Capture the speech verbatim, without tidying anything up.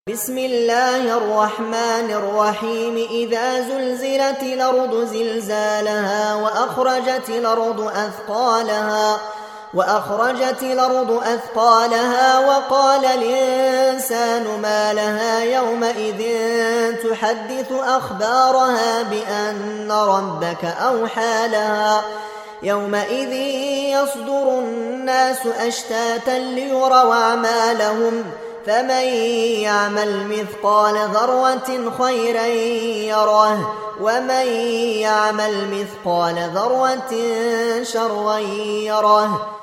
بسم الله الرحمن الرحيم إذا زلزلت الأرض زلزالها وأخرجت الأرض أثقالها وأخرجت الأرض أثقالها وقال الإنسان ما لها يومئذ تحدث أخبارها بأن ربك أوحى لها يومئذ يصدر الناس أشتاتا ليروا أعمالهم فمن يعمل مثقال ذرة خيرا يره ومن يعمل مثقال ذرة شرا يره